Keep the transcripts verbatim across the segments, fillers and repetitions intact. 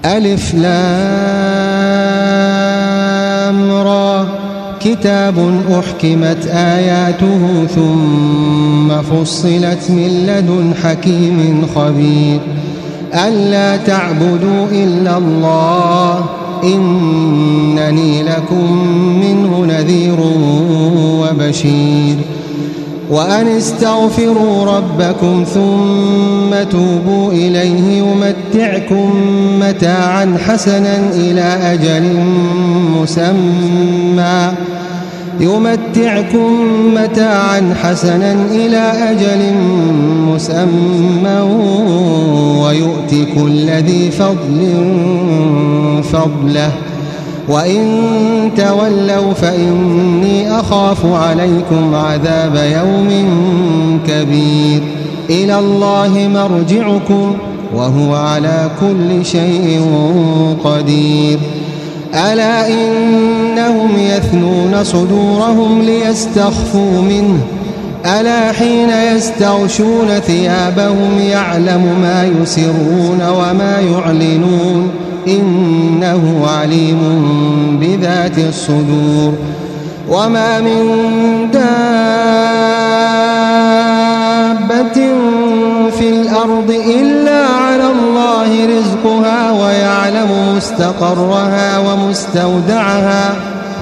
ألف لام را كتاب أحكمت آياته ثم فصلت من لدن حكيم خبير ألا تعبدوا إلا الله إنني لكم منه نذير وبشير وأن استغفروا ربكم ثم توبوا إليه يمتعكم متاعا حسنا إلى أجل مسمى يمتعكم متاعا حسنا إلى أجل مسمى ويؤتي كل ذي فضل فضله وإن تولوا فإني أخاف عليكم عذاب يوم كبير إلى الله مرجعكم وهو على كل شيء قدير ألا إنهم يثنون صدورهم ليستخفوا منه ألا حين يستغشون ثيابهم يعلم ما يسرون وما يعلنون إنه عليم بذات الصدور وما من دابة في الأرض إلا على الله رزقها ويعلم مستقرها ومستودعها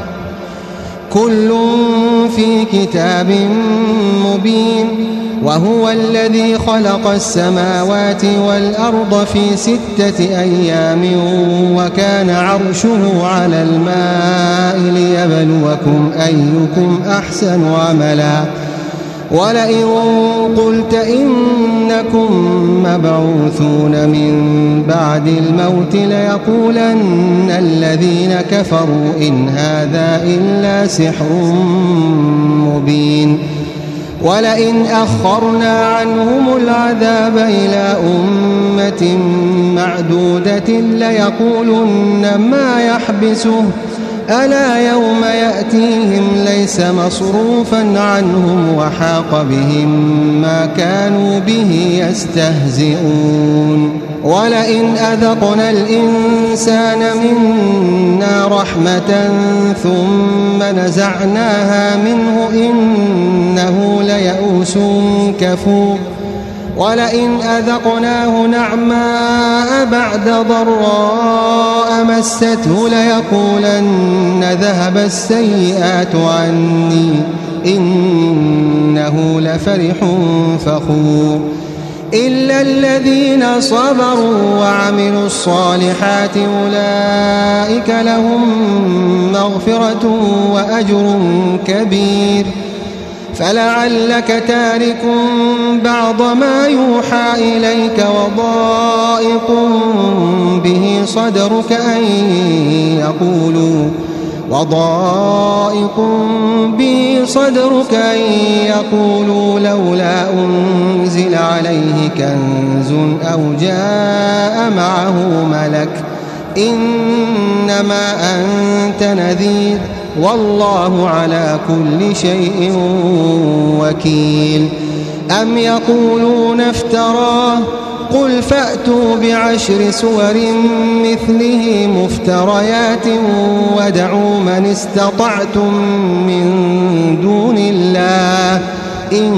كل في كتاب مبين وهو الذي خلق السماوات والأرض في ستة أيام وكان عرشه على الماء ليبلوكم أيكم أحسن عملا ولئن قلت إنكم مبعوثون من بعد الموت ليقولن الذين كفروا إن هذا إلا سحر مبين ولئن أخرنا عنهم العذاب إلى أمة معدودة ليقولن ما يحبسه ألا يوم يأتيهم ليس مصروفا عنهم وحاق بهم ما كانوا به يستهزئون ولئن أذقنا الإنسان منا رحمة ثم نزعناها منه إنه ليئوس كفور ولئن أذقناه نعماء بعد ضراء مسته ليقولن ذهب السيئات عني إنه لفرح فخور إلا الذين صبروا وعملوا الصالحات أولئك لهم مغفرة وأجر كبير فلعلك تارك بعض ما يوحى إليك وضائق به صدرك أن يقولوا وضائق به صدرك أن يقولوا لولا أنزل عليه كنز أو جاء معه ملك إنما أنت نذير والله على كل شيء وكيل أم يقولون افتراه قل فأتوا بعشر سور مثله مفتريات ودعوا من استطعتم من دون الله إن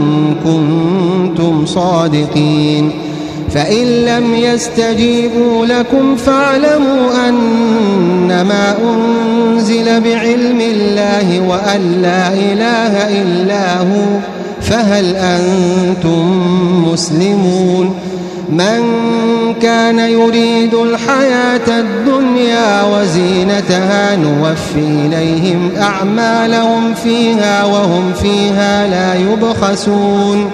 كنتم صادقين فإن لم يستجيبوا لكم فاعلموا أنما أنزل بعلم الله وأن لا إله إلا هو فهل أنتم مسلمون من كان يريد الحياة الدنيا وزينتها نوفي إليهم أعمالهم فيها وهم فيها لا يبخسون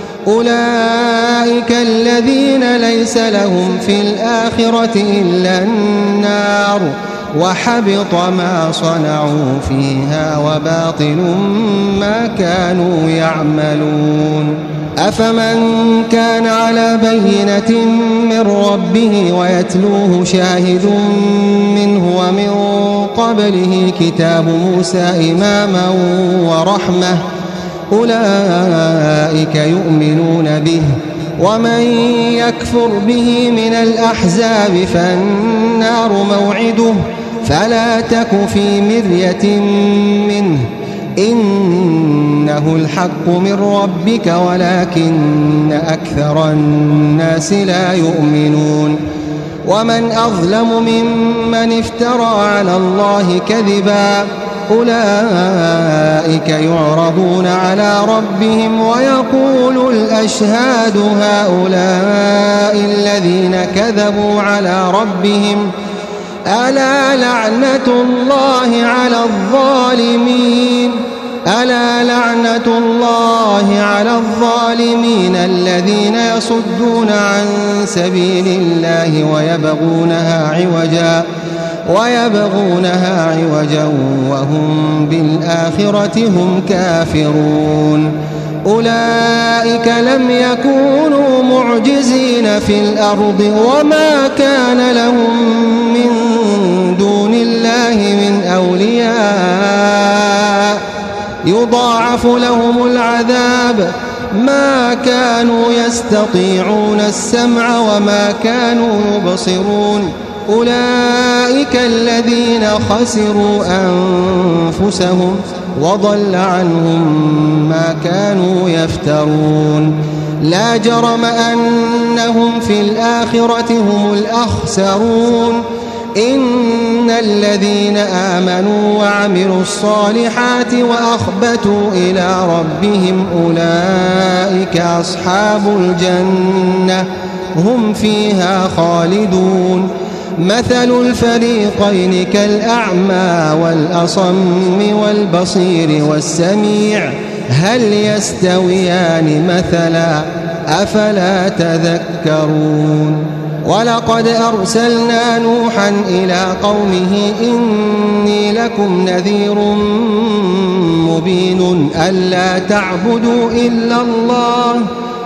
أولئك الذين ليس لهم في الآخرة إلا النار وحبط ما صنعوا فيها وباطل ما كانوا يعملون أفمن كان على بينة من ربه ويتلوه شاهد منه ومن قبله كتاب موسى إماما ورحمة أولئك يؤمنون به ومن يكفر به من الأحزاب فالنار موعده فلا تك في مرية منه إنه الحق من ربك ولكن أكثر الناس لا يؤمنون ومن أظلم ممن افترى على الله كذبا أولئك يعرضون على ربهم ويقول الأشهاد هؤلاء الذين كذبوا على ربهم ألا لعنة الله على الظالمين ألا لعنة الله على الظالمين الذين يصدون عن سبيل الله ويبغونها عوجا ويبغونها عوجا وهم بالآخرة هم كافرون أولئك لم يكونوا معجزين في الأرض وما كان لهم من دون الله من أولياء يضاعف لهم العذاب ما كانوا يستطيعون السمع وما كانوا يبصرون أولئك الذين خسروا أنفسهم وضل عنهم ما كانوا يفترون لا جرم أنهم في الآخرة هم الأخسرون إن الذين آمنوا وعملوا الصالحات وأخبتوا إلى ربهم أولئك أصحاب الجنة هم فيها خالدون مثل الفريقين كالأعمى والأصم والبصير والسميع هل يستويان مثلا أفلا تذكرون ولقد أرسلنا نوحا إلى قومه إني لكم نذير مبين ألا تعبدوا إلا الله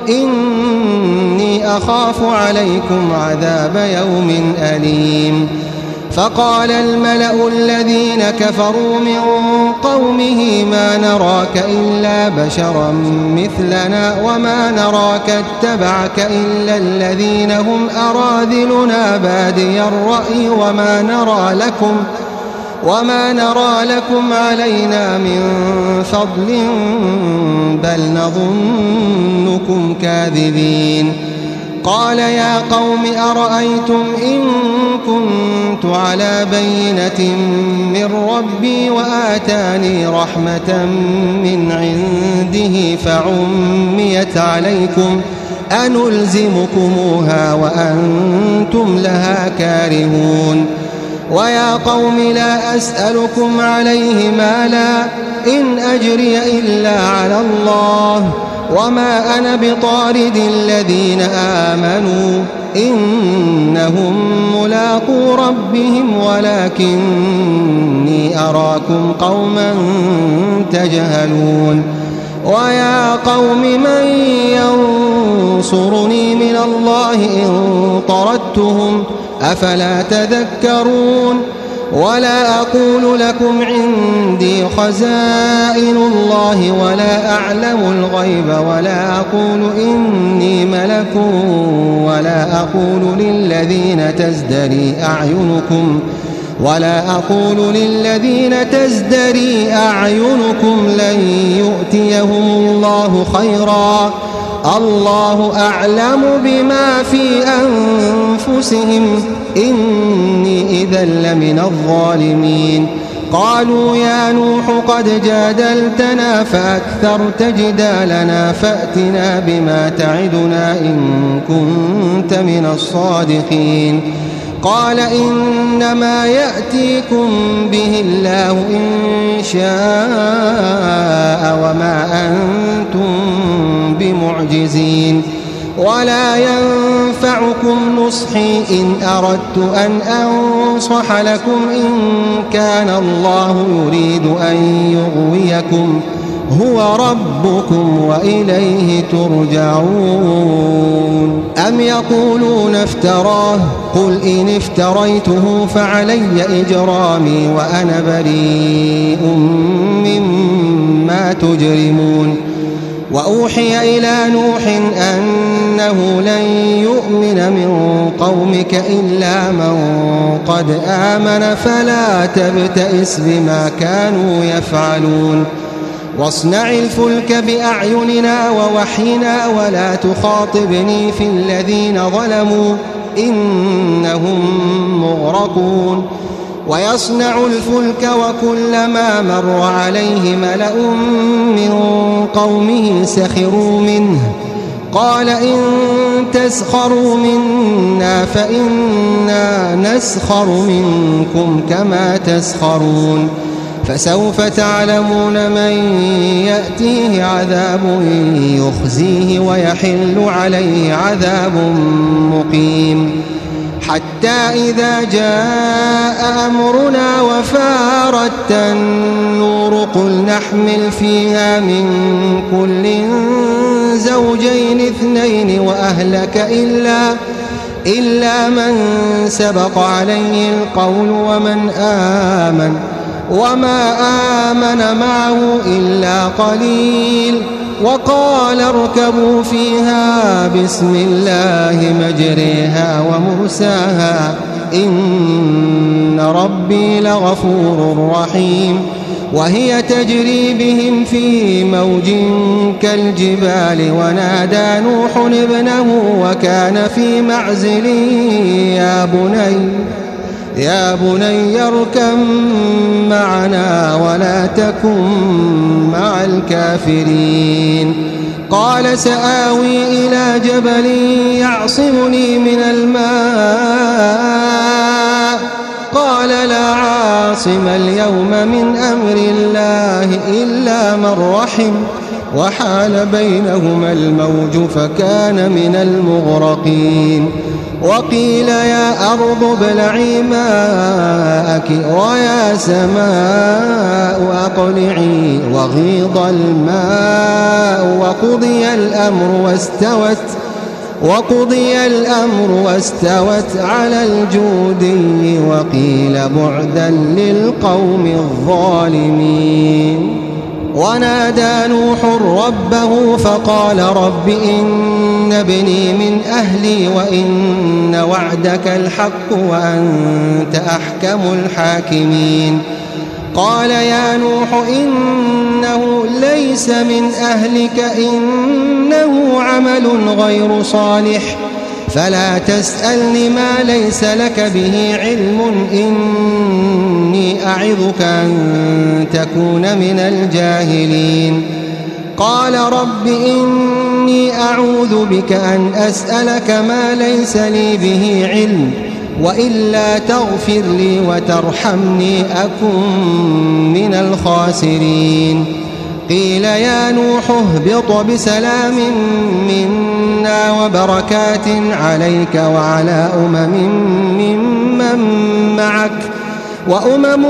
إني أخاف عليكم عذاب يوم أليم فقال الملأ الذين كفروا من قومه ما نراك إلا بشرا مثلنا وما نراك اتبعك إلا الذين هم أراذلنا بادي الرأي وما نرى لكم وما نرى لكم علينا من فضل بل نظنكم كاذبين قال يا قوم أرأيتم إن كنت على بينة من ربي وآتاني رحمة من عنده فعميت عليكم أنلزمكموها وأنتم لها كارهون ويا قوم لا أسألكم عليه مالا إن أجري إلا على الله وما أنا بطارد الذين آمنوا إنهم ملاقو ربهم ولكني أراكم قوما تجهلون ويا قوم من ينصرني من الله إن طردتهم أفلا تذكرون ولا أقول لكم عندي خزائن الله ولا أعلم الغيب ولا أقول إني ملك ولا أقول للذين تزدري أعينكم ولا أقول للذين تزدري أعينكم لن يؤتيهم الله خيرا الله أعلم بما في أنفسهم إني إذا لمن الظالمين قالوا يا نوح قد جادلتنا فأكثرت جدالنا فأتنا بما تعدنا إن كنت من الصادقين قال إنما يأتيكم به الله إن شاء وما أنتم بمعجزين ولا ينفعكم نصحي إن أردت أن أنصح لكم إن كان الله يريد أن يغويكم هو ربكم وإليه ترجعون أم يقولون افتراه قل إن افتريته فعلي إجرامي وأنا بريء مما تجرمون وأوحي إلى نوح أنه لن يؤمن من قومك إلا من قد آمن فلا تبتئس بما كانوا يفعلون واصنع الفلك بأعيننا ووحينا ولا تخاطبني في الذين ظلموا إنهم مغرقون ويصنع الفلك وكلما مر عليه ملأ من قومه سخروا منه قال إن تسخروا منا فإنا نسخر منكم كما تسخرون فسوف تعلمون من يأتيه عذاب يخزيه ويحل عليه عذاب مقيم حتى إذا جاء أمرنا وفارت النور قل نحمل فيها من كل زوجين اثنين وأهلك إلا, إلا من سبق عليه القول ومن آمن وما آمن معه إلا قليل وقال اركبوا فيها بسم الله مجريها ومرساها إن ربي لغفور رحيم وهي تجري بهم في موج كالجبال ونادى نوح ابنه وكان في معزل يا بني يا بني اركب معنا ولا تكن مع الكافرين قال سآوي إلى جبل يعصمني من الماء قال لا عاصم اليوم من أمر الله إلا من رحم وحال بينهما الموج فكان من المغرقين وقيل يا أرض ابلعي ماءك ويا سماء أقلعي وغيض الماء وقضي الأمر واستوت وقضي الأمر واستوت على الجودي وقيل بعدا للقوم الظالمين ونادى نوح ربه فقال رب إن ابني من أهلي وإن وعدك الحق وأنت أحكم الحاكمين قال يا نوح إنه ليس من أهلك إنه عمل غير صالح فلا تسألني ما ليس لك به علم إني أعظك أن تكون من الجاهلين قال رب إني أعوذ بك أن أسألك ما ليس لي به علم وإلا تغفر لي وترحمني أكن من الخاسرين قيل يا نوح اهبط بسلام منا وبركات عليك وعلى أمم ممن معك وأمم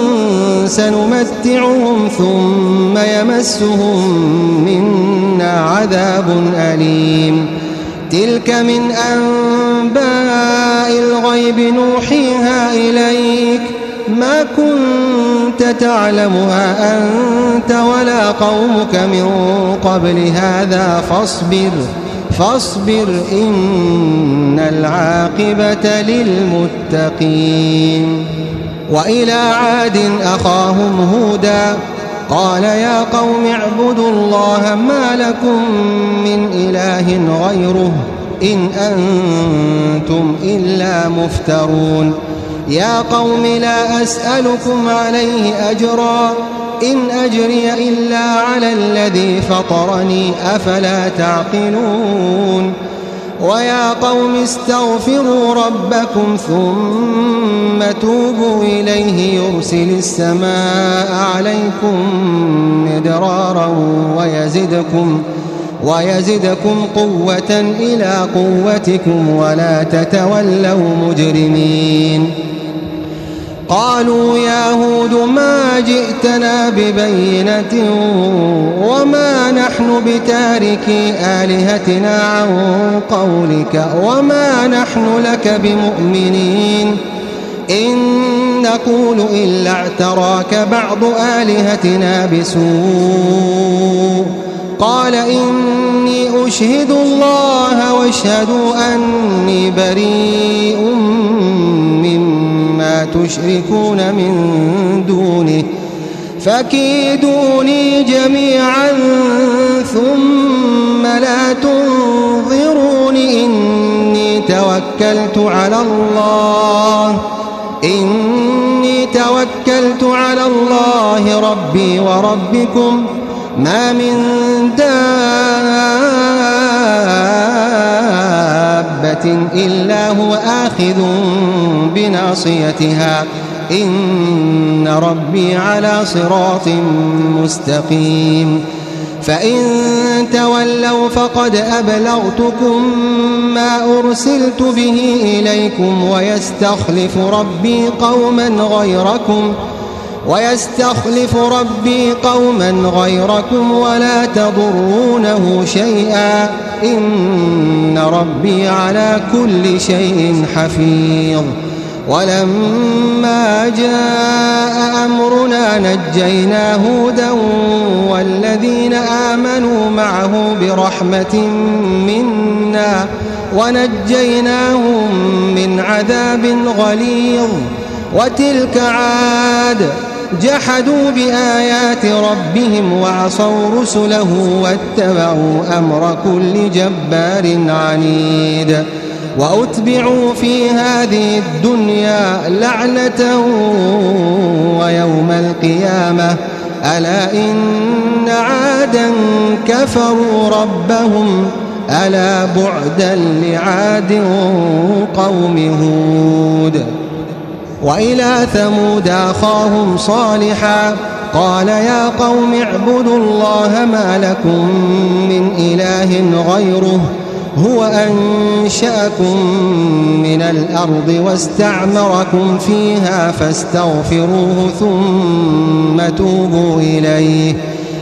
سنمتعهم ثم يمسهم منا عذاب أليم تلك من أنباء الغيب نوحيها إليك ما كنت تعلمها أنت ولا قومك من قبل هذا فاصبر فاصبر إن العاقبة للمتقين وإلى عاد أخاهم هودا قال يا قوم اعبدوا الله ما لكم من إله غيره إن أنتم إلا مفترون يا قوم لا أسألكم عليه أجرا إن أجري إلا على الذي فطرني أفلا تعقلون ويا قوم استغفروا ربكم ثم توبوا إليه يرسل السماء عليكم مدرارا ويزدكم ويزدكم قوة إلى قوتكم ولا تتولوا مجرمين قالوا يا هود ما جئتنا ببينة وما نحن بتاركي آلهتنا عن قولك وما نحن لك بمؤمنين إن نقول إلا اعتراك بعض آلهتنا بسوء قال إني أشهد الله واشهدوا أني بريء مما تشركون من دونه فكيدوني جميعا ثم لا تنظرون إني توكلت على الله إني توكلت على الله ربي وربكم ما من دابة إلا هو آخذ بناصيتها إن ربي على صراط مستقيم فإن تولوا فقد أبلغتكم ما أرسلت به إليكم ويستخلف ربي قوما غيركم ويستخلف ربي قوما غيركم ولا تضرونه شيئا إن ربي على كل شيء حفيظ ولما جاء أمرنا نجينا هودا والذين آمنوا معه برحمة منا ونجيناهم من عذاب غليظ وتلك عاد جحدوا بآيات ربهم وعصوا رسله واتبعوا أمر كل جبار عنيد وأتبعوا في هذه الدنيا لعنة ويوم القيامة ألا إن عادا كفروا ربهم ألا بعدا لعاد قوم هود وإلى ثمود أخاهم صالحا قال يا قوم اعبدوا الله ما لكم من إله غيره هو أنشأكم من الأرض واستعمركم فيها فاستغفروه ثم توبوا إليه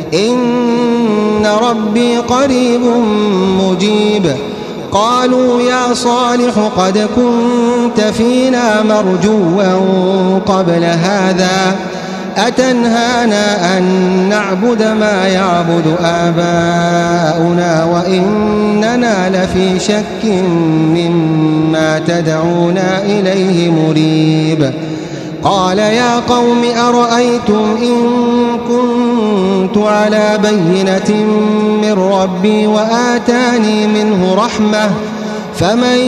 إن ربي قريب مجيب قالوا يا صالح قد كنت فينا مرجوا قبل هذا أتنهانا أن نعبد ما يعبد آباؤنا وإننا لفي شك مما تدعونا إليه مريب قال يا قوم أرأيتم إن كنت على بينة من ربي وآتاني منه رحمة فمن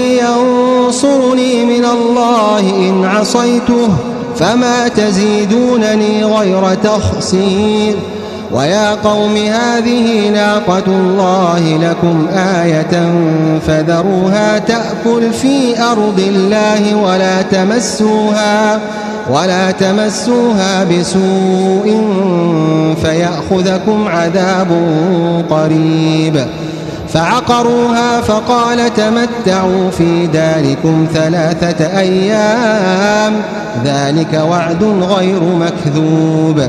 ينصرني من الله إن عصيته فما تزيدونني غير تخسير ويا قوم هذه ناقة الله لكم آية فذروها تأكل في أرض الله ولا تمسوها ولا تمسوها بسوء فيأخذكم عذاب قريب فعقروها فقال تمتعوا في داركم ثلاثة أيام ذلك وعد غير مكذوب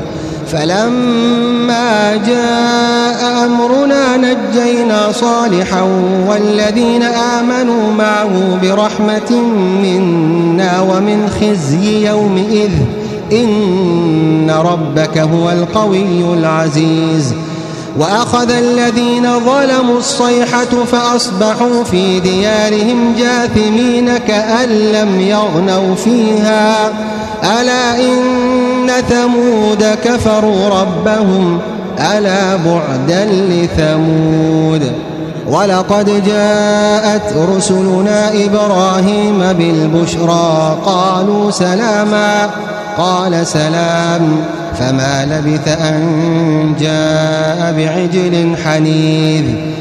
فلما جاء أمرنا نجينا صالحا والذين آمنوا معه برحمة منا ومن خزي يومئذ إن ربك هو القوي العزيز وأخذ الذين ظلموا الصيحة فأصبحوا في ديارهم جاثمين كأن لم يغنوا فيها ألا إن ثمود كفروا ربهم ألا بعدا لثمود ولقد جاءت رسلنا إبراهيم بالبشرى قالوا سلاما قال سلام فما لبث أن جاء بعجل حنيذ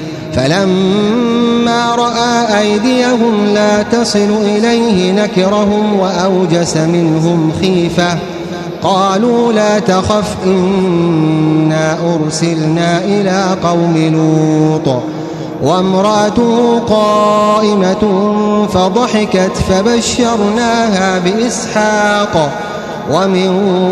فلما رأى أيديهم لا تصل إليه نكرهم وأوجس منهم خيفة قالوا لا تخف إنا أرسلنا إلى قوم لوط وامرأته قائمة فضحكت فبشرناها بإسحاق ومن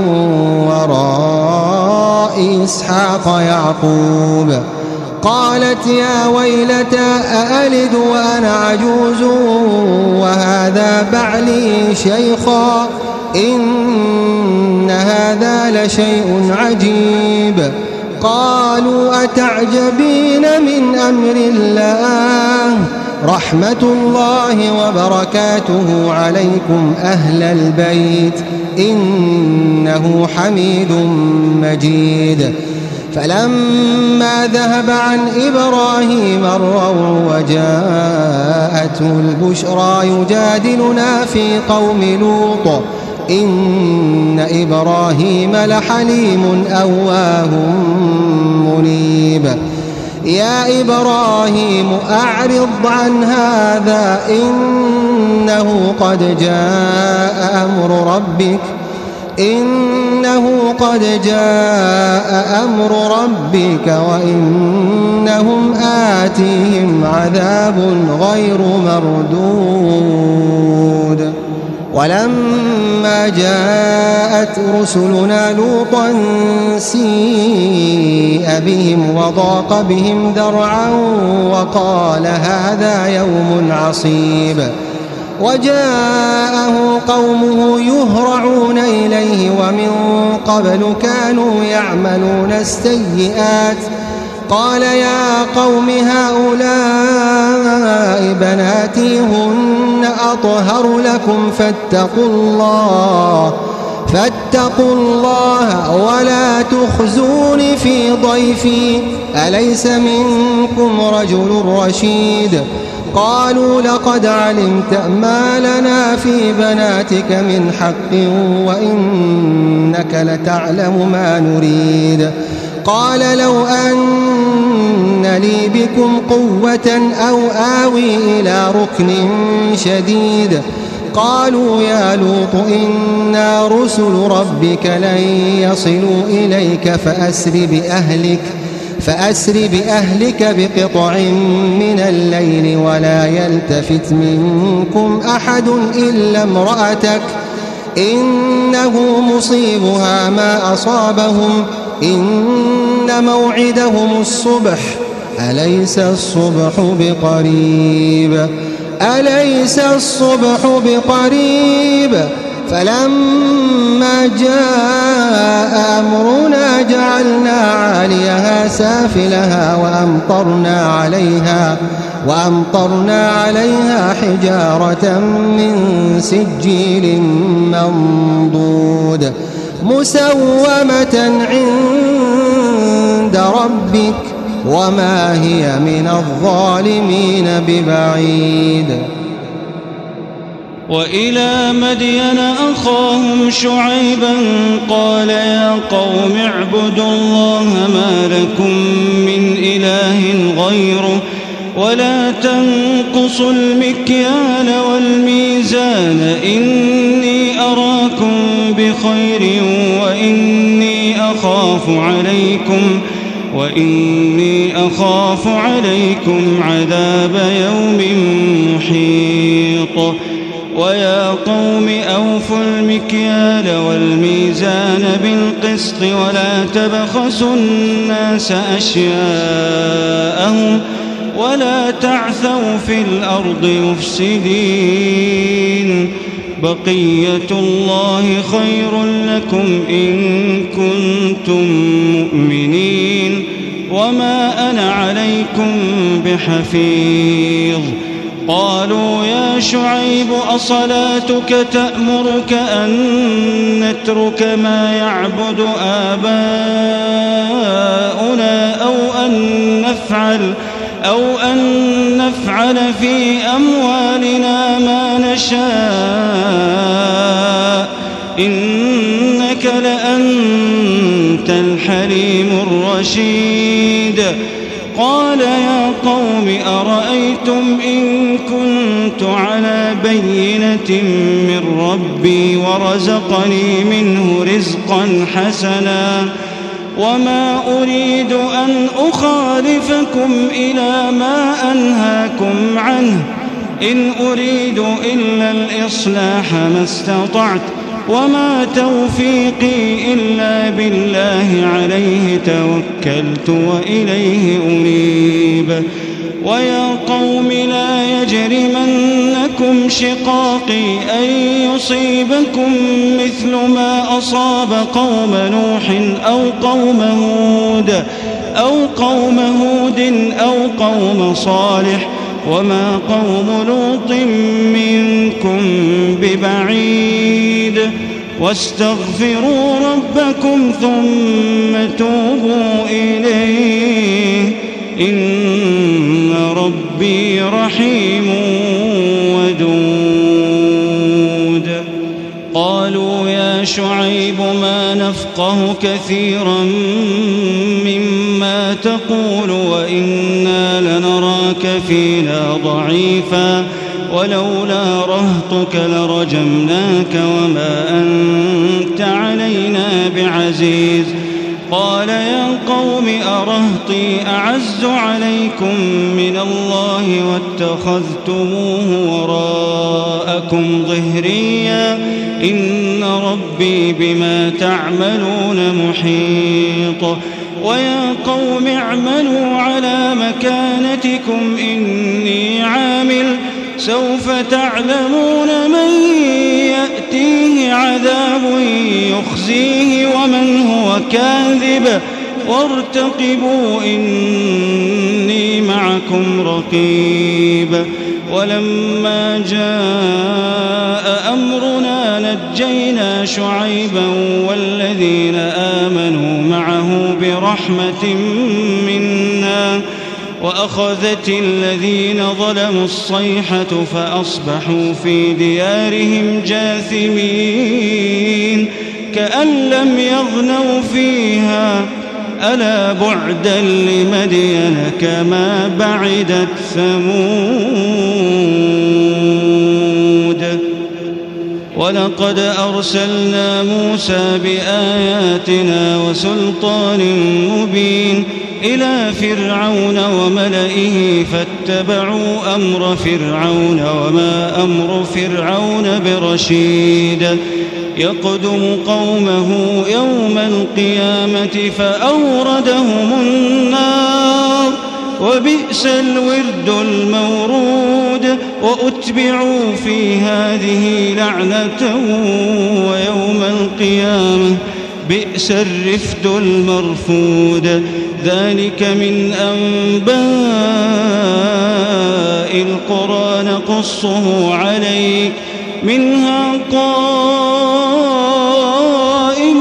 وراء إسحاق يعقوب قالت يا ويلتى أألد وأنا عجوز وهذا بعلي شيخا إن هذا لشيء عجيب قالوا أتعجبين من أمر الله رحمة الله وبركاته عليكم أهل البيت إنه حميد مجيد. فلما ذهب عن إبراهيم الروع وجاءته البشرى يجادلنا في قوم لوط إن إبراهيم لحليم أواه منيب. يا إبراهيم أعرض عن هذا إنه قد جاء أمر ربك إنه قد جاء أمر ربك وإنهم آتيهم عذاب غير مردود. ولما جاءت رسلنا لوطا سيء بهم وضاق بهم ذرعا وقال هذا يوم عصيب. وجاءه قومه يهرعون إليه ومن قبل كانوا يعملون السيئات قال يا قوم هؤلاء بناتي هن أطهر لكم فاتقوا الله فاتقوا الله ولا تخزون في ضيفي أليس منكم رجل رشيد. قالوا لقد علمت ما لنا في بناتك من حق وإنك لتعلم ما نريد. قال لو أن لي بكم قوة أو آوي إلى ركن شديد. قالوا يا لوط إنا رسل ربك لن يصلوا إليك فأسر بأهلك فأسر بأهلك بقطع من الليل ولا يلتفت منكم أحد إلا امرأتك إنه مصيبها ما أصابهم إن موعدهم الصبح أليس الصبح بقريب أليس الصبح بقريب. فلما جاء أمرنا جعلنا عاليها سافلها وأمطرنا عليها وأمطرنا عليها حجارة من سجيل منضود مسومة عند ربك وما هي من الظالمين ببعيد. وإلى مدين أخاهم شعيبا قال يا قوم اعبدوا الله ما لكم من إله غيره ولا تنقصوا المكيال والميزان إني أراكم بخير وإني أخاف عليكم وإني أخاف عليكم عذاب يوم محيط. ويا قوم أوفوا المكيال والميزان بالقسط ولا تبخسوا الناس أشياءهم ولا تعثوا في الأرض مفسدين. بقية الله خير لكم إن كنتم مؤمنين وما أنا عليكم بحفيظ. قالوا يا شعيب أصلاتك تأمرك أن نترك ما يعبد آباؤنا أو أن نفعل أو أن نفعل في أموالنا ما نشاء إنك لأنت الحليم الرشيد. قال يا قوم أرأيتم إن كنت على بينة من ربي ورزقني منه رزقا حسنا وما أريد أن أخالفكم إلى ما أنهاكم عنه إن أريد إلا الإصلاح ما استطعت وما توفيقي إلا بالله عليه توكلت وإليه أنيب. ويا قوم لا يجرمنكم بكم شقاقي أن يصيبكم مثل ما أصاب قوم نوح أو قوم هود أو قوم هود أو قوم صالح وما قوم لوط منكم ببعيد واستغفروا ربكم ثم توبوا إليه إن ربي رحيم ودود. قالوا يا شعيب ما نفقه كثيرا مما تقول وإنا لنراك فينا ضعيفا ولولا رهطك لرجمناك وما أنت علينا بعزيز. قال يا قوم أرهطي أعز عليكم من الله واتخذتموه وراءكم ظهريا إن ربي بما تعملون محيط. ويا قوم اعملوا على مكانتكم إني عامل سوف تعلمون من يأتيه عذاب يخزيه ومن هو كاذب وارتقبوا إني معكم رقيب. ولما جاء أمرنا نجينا شعيبا والذين آمنوا معه برحمة منا وأخذت الذين ظلموا الصيحة فأصبحوا في ديارهم جاثمين كأن لم يغنوا فيها ألا بعدا لمدين كما بعدت ثمود. ولقد أرسلنا موسى بآياتنا وسلطان مبين إلى فرعون وملئه فاتبعوا أمر فرعون وما أمر فرعون برشيد. يقدم قومه يوم القيامة فأوردهم النار وبئس الورد المورود. وأتبعوا في هذه لعنة ويوم القيامة بئس الرفد المرفود. ذلك من أنباء القرى نقصه عليك منها قائم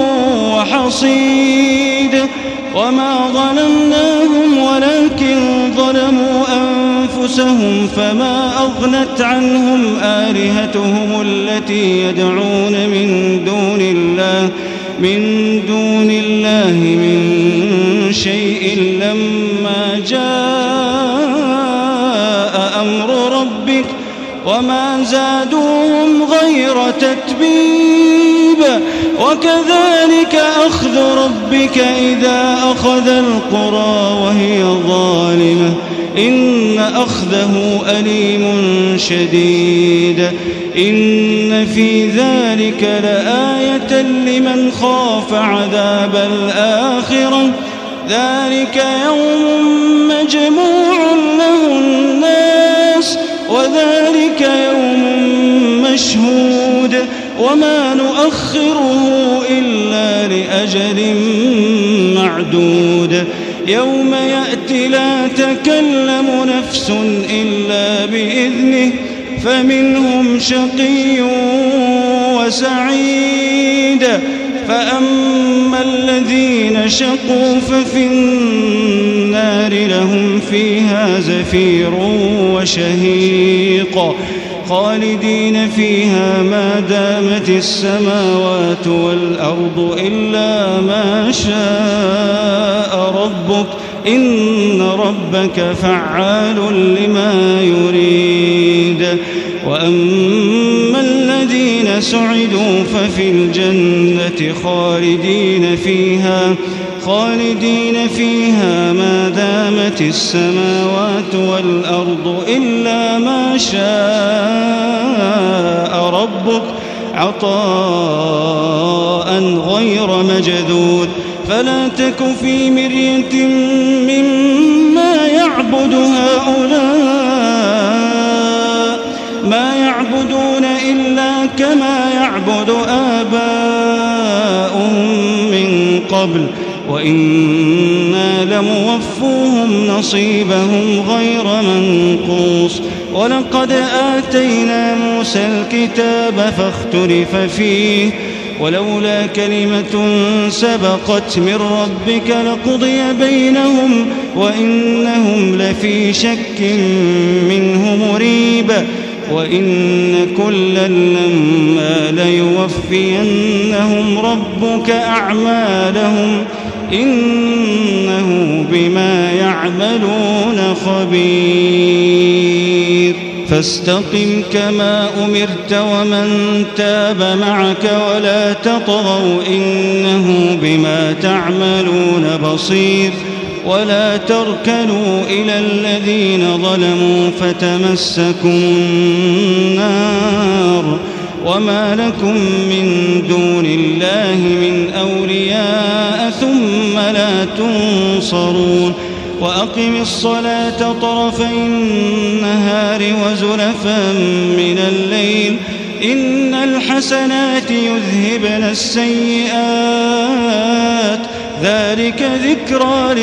وحصيد. وما ظلمناهم ولكن ظلموا أنفسهم فما أغنت عنهم آلهتهم التي يدعون من دون الله من دون الله من شيء لما جاء أمر ربك وما زادوهم غير تتبيب. وكذلك أخذ ربك إذا أخذ القرى وهي ظالمة إن أخذه أليم شديد. إن في ذلك لآية لمن خاف عذاب الآخرة ذلك يوم مجموع له الناس وذلك يوم مشهود وما نؤخره إلا لأجل معدود. يوم يأتي لا تكلم نفس إلا بإذنه فمنهم شقي وسعيد. فأما الذين شقوا ففي النار لهم فيها زفير وشهيق خالدين فيها ما دامت السماوات والأرض إلا ما شاء ربك إن ربك فعال لما يريد. وأما الذين سعدوا ففي الجنة خالدين فيها خالدين فيها ما دامت السماوات والأرض إلا ما شاء ربك عطاء غير مجذوذ. فلا تك في مرية مما يعبد هؤلاء كما يعبد آباؤهم من قبل وإنا لموفوهم نصيبهم غير منقوص ولقد آتينا موسى الكتاب فاختلف فيه ولولا كلمة سبقت من ربك لقضي بينهم وإنهم لفي شك منه مريب وإن كلا لما ليوفينهم ربك أعمالهم إنه بما يعملون خبير فاستقم كما أمرت ومن تاب معك ولا تطغوا إنه بما تعملون بصير ولا تركنوا إلى الذين ظلموا فتمسكم النار وما لكم من دون الله من أولياء ثم لا تنصرون وأقم الصلاة طرفي النهار وزلفا من الليل إن الحسنات يذهبن السيئات ذلك ذكرى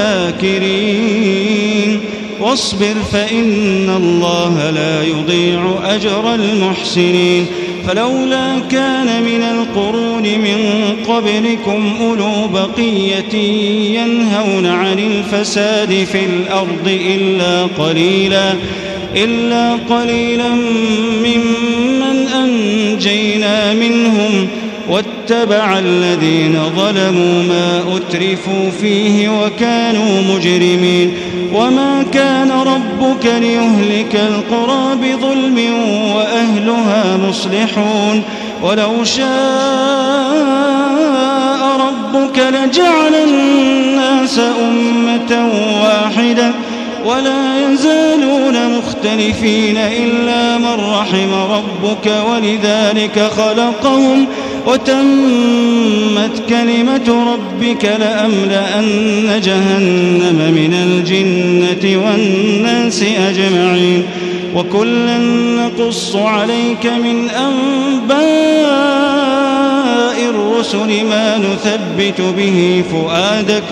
للذاكرين واصبر فإن الله لا يضيع أجر المحسنين فلولا كان من القرون من قبلكم أولو بقية ينهون عن الفساد في الأرض إلا قليلا إلا قليلا ممن أنجينا منهم واتبع الذين ظلموا ما أترفوا فيه وكانوا مجرمين وما كان ربك ليهلك القرى بظلم وأهلها مصلحون ولو شاء ربك لجعل الناس أمة واحدة ولا يزالون مختلفين إلا من رحم ربك ولذلك خلقهم وتمت كلمة ربك لأملأن جهنم من الجنة والناس أجمعين وكلا نقص عليك من أنباء الرسل ما نثبت به فؤادك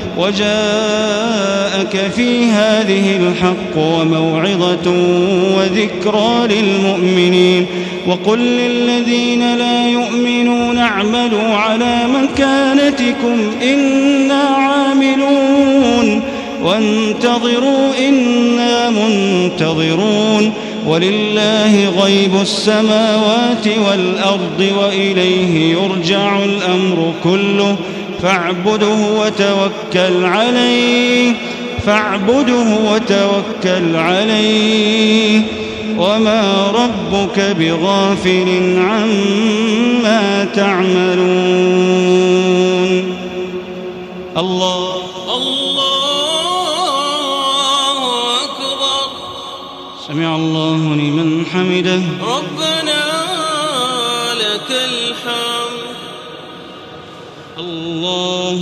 وجاءك في هذه الحق وموعظة وذكرى للمؤمنين وقل للذين لا يؤمنون اعملوا على مكانتكم إنا عاملون وانتظروا إنا منتظرون ولله غيب السماوات والأرض وإليه يرجع الأمر كله فاعبده وتوكل عليه فاعبده وتوكل عليه وما ربك بغافل عما تعملون الله الله أكبر سمع الله لمن حمده ربنا لك الحمد الله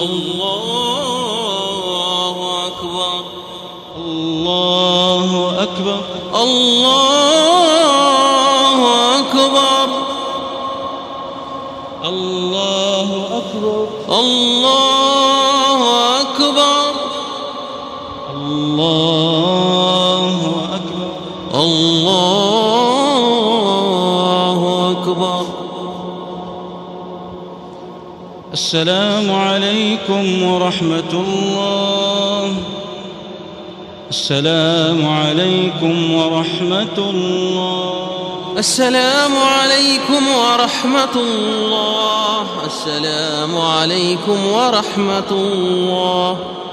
الله أكبر الله أكبر الله أكبر الله أكبر الله أكبر الله أكبر الله أكبر السلام عليكم ورحمة الله السلام عليكم ورحمة الله السلام عليكم ورحمة الله السلام عليكم ورحمة الله